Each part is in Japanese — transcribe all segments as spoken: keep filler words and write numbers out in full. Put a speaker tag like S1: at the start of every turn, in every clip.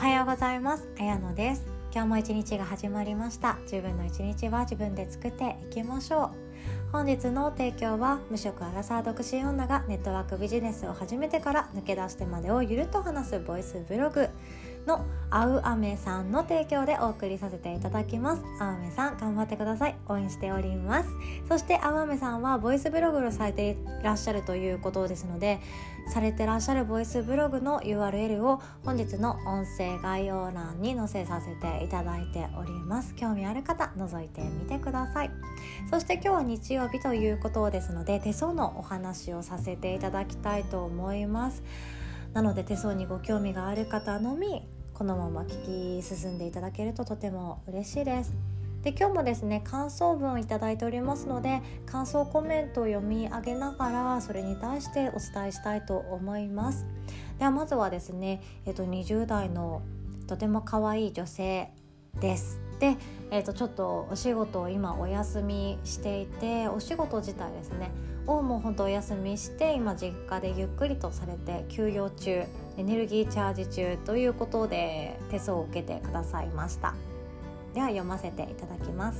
S1: はようございます。あやのです。今日も一日が始まりました。自分の一日は自分で作っていきましょう。本日の提供は無職アラサー独身女がネットワークビジネスを始めてから抜け出してまでをゆるっと話すボイスブログのあうあめさんの提供でお送りさせていただきます。あうあめさん頑張ってください。応援しております。そしてあうあめさんはボイスブログをされていらっしゃるということですので、されてらっしゃるボイスブログの ユーアールエル を本日の音声概要欄に載せさせていただいております。興味ある方覗いてみてください。そして今日は日曜日ということですので、手相のお話をさせていただきたいと思います。なので手相にご興味がある方のみこのまま聞き進んでいただけるととても嬉しいです。で今日もですね、感想文をいただいておりますので、感想コメントを読み上げながらそれに対してお伝えしたいと思います。ではまずはですね、えっと、にじゅう代のとても可愛い女性です。で、えっと、ちょっとお仕事を今お休みしていて、お仕事自体ですねをもう本当お休みして今実家でゆっくりとされて休養中、エネルギーチャージ中ということで手相を受けてくださいました。では読ませていただきます。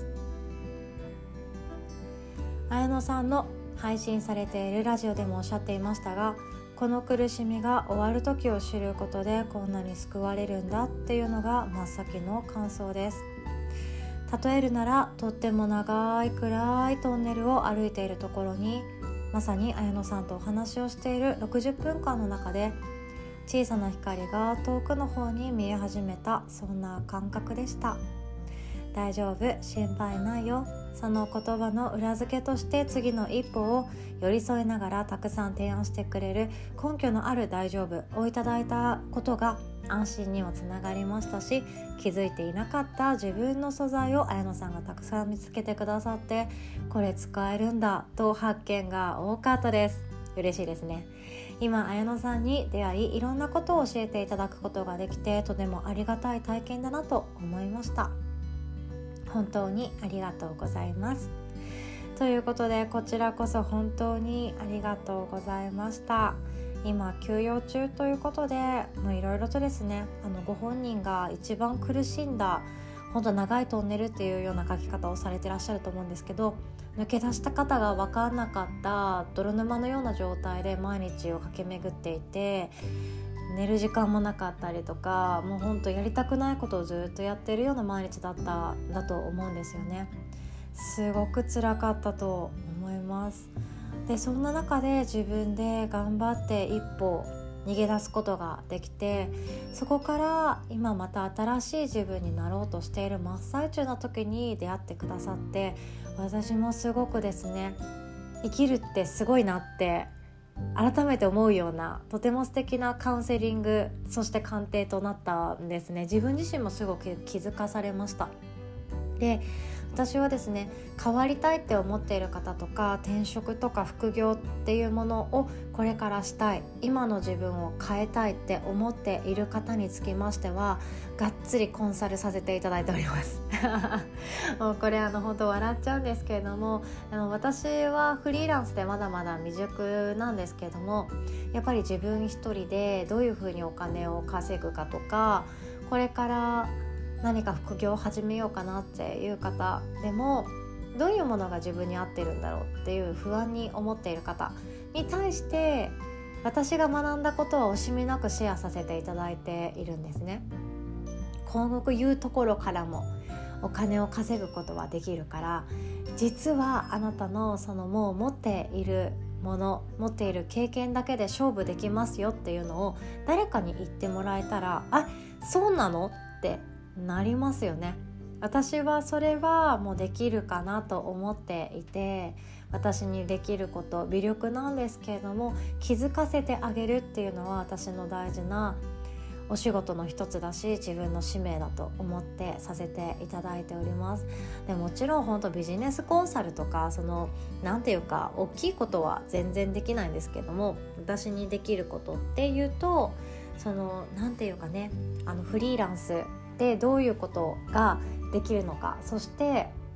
S1: 綾野さんの配信されているラジオでもおっしゃっていましたが、この苦しみが終わる時を知ることでこんなに救われるんだっていうのが真っ先の感想です。例えるなら、とっても長い暗いトンネルを歩いているところに、まさに綾野さんとお話をしているろくじゅっぷんかんの中で小さな光が遠くの方に見え始めた、そんな感覚でした。大丈夫、心配ないよ。その言葉の裏付けとして次の一歩を寄り添いながらたくさん提案してくれる根拠のある大丈夫をいただいたことが安心にもつながりましたし、気づいていなかった自分の素材を綾野さんがたくさん見つけてくださって、これ使えるんだと発見が多かったです。嬉しいですね。今綾野さんに出会い、いろんなことを教えていただくことができて、とてもありがたい体験だなと思いました。本当にありがとうございます。ということで、こちらこそ本当にありがとうございました。今休養中ということで、もういろいろとですね、あのご本人が一番苦しんだ本当長いトンネルっていうような書き方をされてらっしゃると思うんですけど、抜け出した方が分かんなかった泥沼のような状態で毎日を駆け巡っていて、寝る時間もなかったりとか、もう本当やりたくないことをずっとやっているような毎日だったんだと思うんですよね。すごく辛かったと思います。でそんな中で自分で頑張って一歩逃げ出すことができて、そこから今また新しい自分になろうとしている真っ最中の時に出会ってくださって、私もすごくですね、生きるってすごいなって改めて思うような、とても素敵なカウンセリング、そして鑑定となったんですね。自分自身もすごく気づかされました。で私はですね、変わりたいって思っている方とか、転職とか副業っていうものをこれからしたい、今の自分を変えたいって思っている方につきましては、がっつりコンサルさせていただいておりますもうこれあの本当笑っちゃうんですけれども、あの私はフリーランスでまだまだ未熟なんですけれども、やっぱり自分一人でどういうふうにお金を稼ぐかとか、これから何か副業を始めようかなっていう方でも、どういうものが自分に合ってるんだろうっていう不安に思っている方に対して、私が学んだことは惜しみなくシェアさせていただいているんですね。こういうところからもお金を稼ぐことはできるから、実はあなたのそのもう持っているもの、持っている経験だけで勝負できますよっていうのを誰かに言ってもらえたら、あ、そうなのってなりますよね。私はそれはもうできるかなと思っていて、私にできること微力なんですけれども、気づかせてあげるっていうのは私の大事なお仕事の一つだし、自分の使命だと思ってさせていただいております。でもちろん本当ビジネスコンサルとか、そのなんていうか大きいことは全然できないんですけども、私にできることっていうと、そのなんていうかね、あのフリーランスでどういうことができるのか、そして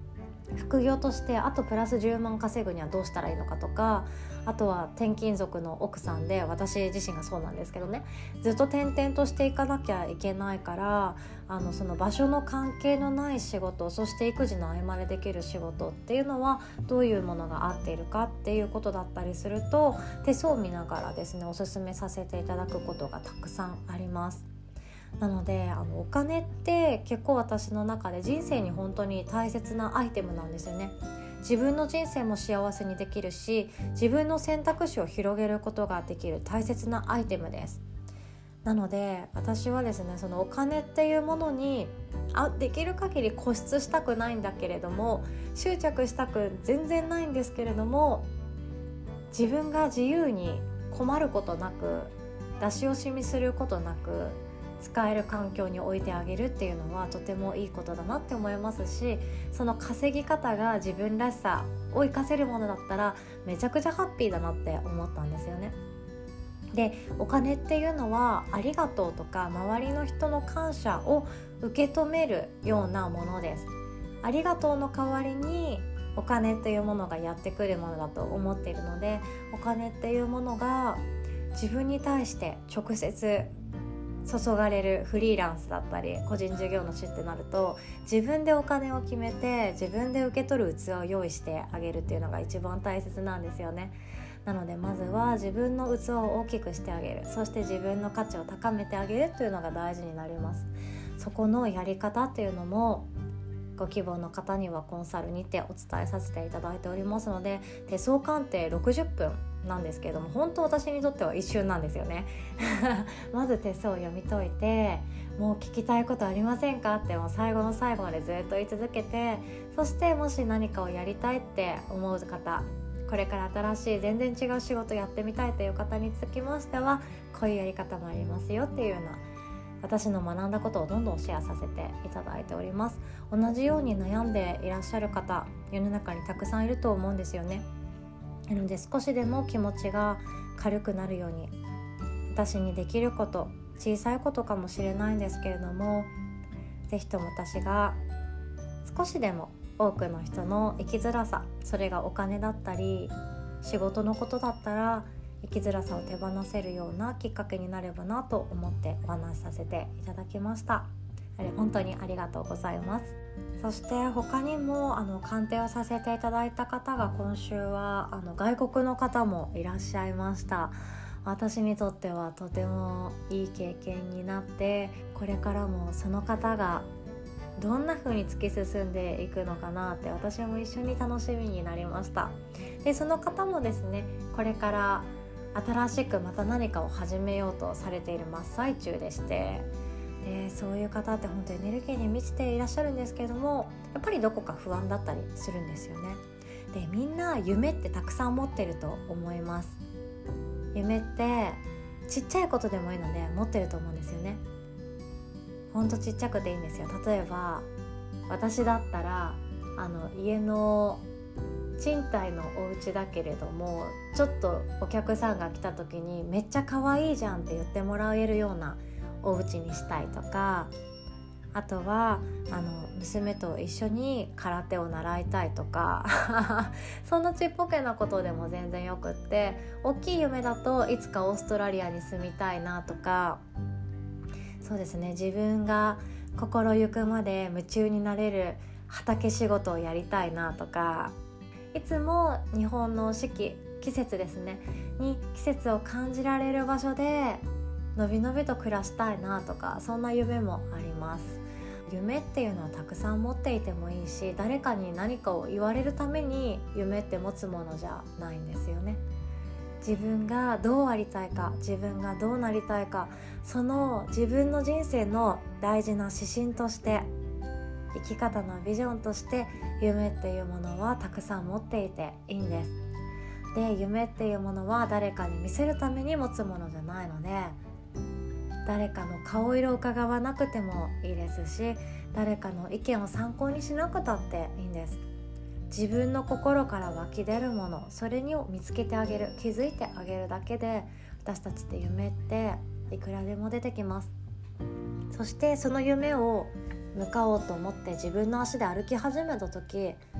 S1: 副業としてあとプラスじゅうまん稼ぐにはどうしたらいいのかとか、あとは転勤族の奥さんで、私自身がそうなんですけどね、ずっと転々としていかなきゃいけないから、あのその場所の関係のない仕事、そして育児の合間でできる仕事っていうのはどういうものが合っているかっていうことだったりすると、手相を見ながらですねおすすめさせていただくことがたくさんあります。なのであのお金って結構私の中で人生に本当に大切なアイテムなんですよね。自分の人生も幸せにできるし、自分の選択肢を広げることができる大切なアイテムです。なので私はですね、そのお金っていうものにあできる限り固執したくないんだけれども、執着したく全然ないんですけれども、自分が自由に困ることなく、出し惜しみすることなく使える環境に置いてあげるっていうのはとてもいいことだなって思いますし、その稼ぎ方が自分らしさを生かせるものだったらめちゃくちゃハッピーだなって思ったんですよね。で、お金っていうのはありがとうとか周りの人の感謝を受け止めるようなものです。ありがとうの代わりにお金っていうものがやってくるものだと思っているので、お金っていうものが自分に対して直接注がれるフリーランスだったり個人事業主ってなると、自分でお金を決めて自分で受け取る器を用意してあげるっていうのが一番大切なんですよね。なのでまずは自分の器を大きくしてあげる、そして自分の価値を高めてあげるっていうのが大事になります。そこのやり方っていうのもご希望の方にはコンサルにてお伝えさせていただいておりますので、手相鑑定ろくじゅっぷんなんですけれども、本当私にとっては一瞬なんですよねまず手相を読み解いて、もう聞きたいことありませんかってもう最後の最後までずっと言い続けて、そしてもし何かをやりたいって思う方、これから新しい全然違う仕事やってみたいという方につきましては、こういうやり方もありますよっていうような、私の学んだことをどんどんシェアさせていただいております。同じように悩んでいらっしゃる方、世の中にたくさんいると思うんですよね。なので少しでも気持ちが軽くなるように、私にできること、小さいことかもしれないんですけれども、ぜひとも私が少しでも多くの人の生きづらさ、それがお金だったり仕事のことだったら生きづらさを手放せるようなきっかけになればなと思ってお話しさせていただきました。あれ本当にありがとうございます。そして他にもあの鑑定をさせていただいた方が今週はあの外国の方もいらっしゃいました。私にとってはとてもいい経験になって、これからもその方がどんな風に突き進んでいくのかなって私も一緒に楽しみになりました。で、その方もですね、これから新しくまた何かを始めようとされている真っ最中でして、でそういう方って本当にエネルギーに満ちていらっしゃるんですけれども、やっぱりどこか不安だったりするんですよね。で、みんな夢ってたくさん持ってると思います。夢ってちっちゃいことでもいいので持ってると思うんですよね。ほんとちっちゃくていいんですよ。例えば私だったらあの家の賃貸のお家だけれども、ちょっとお客さんが来た時にめっちゃ可愛いじゃんって言ってもらえるようなお家にしたいとか、あとはあの娘と一緒に空手を習いたいとかそんなちっぽけなことでも全然よくって、大きい夢だといつかオーストラリアに住みたいなとか、そうですね、自分が心ゆくまで夢中になれる畑仕事をやりたいなとか、いつも日本の四季、季節ですねに季節を感じられる場所でのびのびと暮らしたいなとか、そんな夢もあります。夢っていうのはたくさん持っていてもいいし、誰かに何かを言われるために夢って持つものじゃないんですよね。自分がどうありたいか、自分がどうなりたいか、その自分の人生の大事な指針として、生き方のビジョンとして夢っていうものはたくさん持っていていいんです。で、夢っていうものは誰かに見せるために持つものじゃないので、誰かの顔色を伺わなくてもいいですし、誰かの意見を参考にしなくたっていいんです。自分の心から湧き出るもの、それを見つけてあげる、気づいてあげるだけで、私たちって夢っていくらでも出てきます。そしてその夢を向かおうと思って自分の足で歩き始めた時、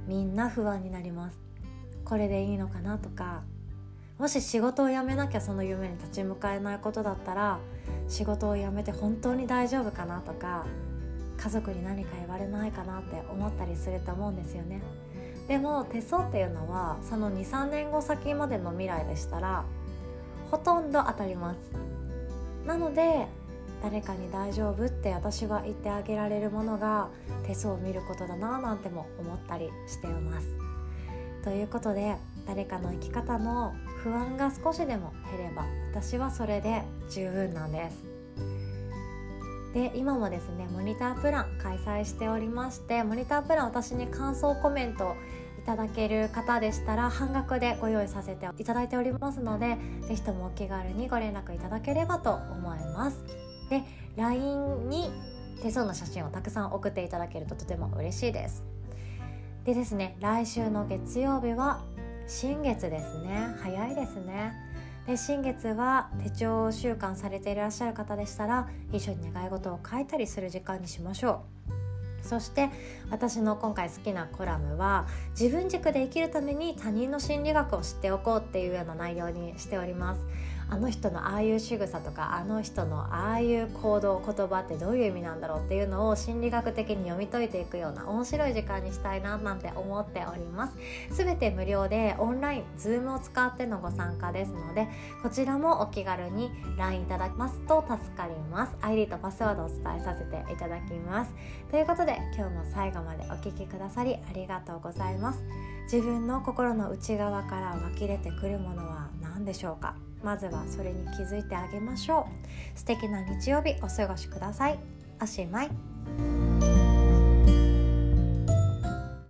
S1: みんな不安になります。これでいいのかなとか、もし仕事を辞めなきゃその夢に立ち向かえないことだったら、仕事を辞めて本当に大丈夫かなとか、家族に何か言われないかなって思ったりすると思うんですよね。でも手相っていうのはその にさんねんご先までの未来でしたらほとんど当たります。なので誰かに大丈夫って私は言ってあげられるものが手相を見ることだななんても思ったりしています。ということで、誰かの生き方の不安が少しでも減れば私はそれで十分なんです。で、今もですねモニタープラン開催しておりまして、モニタープラン私に感想コメントいただける方でしたら半額でご用意させていただいておりますので、ぜひともお気軽にご連絡いただければと思います。で、ライン に手相の写真をたくさん送っていただけるととても嬉しいです。でですね、来週の月曜日は新月ですね。早いですね。で、新月は手帳習慣されていらっしゃる方でしたら一緒に願い事を書いたりする時間にしましょう。そして私の今回好きなコラムは、自分軸で生きるために他人の心理学を知っておこうっていうような内容にしております。あの人のああいう仕草とか、あの人のああいう行動言葉ってどういう意味なんだろうっていうのを心理学的に読み解いていくような面白い時間にしたいななんて思っております。すべて無料でオンライン Zoom を使ってのご参加ですので、こちらもお気軽に ライン いただきますと助かります。 アイディー とパスワードをお伝えさせていただきます。ということで、今日も最後までお聞きくださりありがとうございます。自分の心の内側から湧き出てくるものは何でしょうか。まずはそれに気づいてあげましょう。素敵な日曜日お過ごしください。おしまい。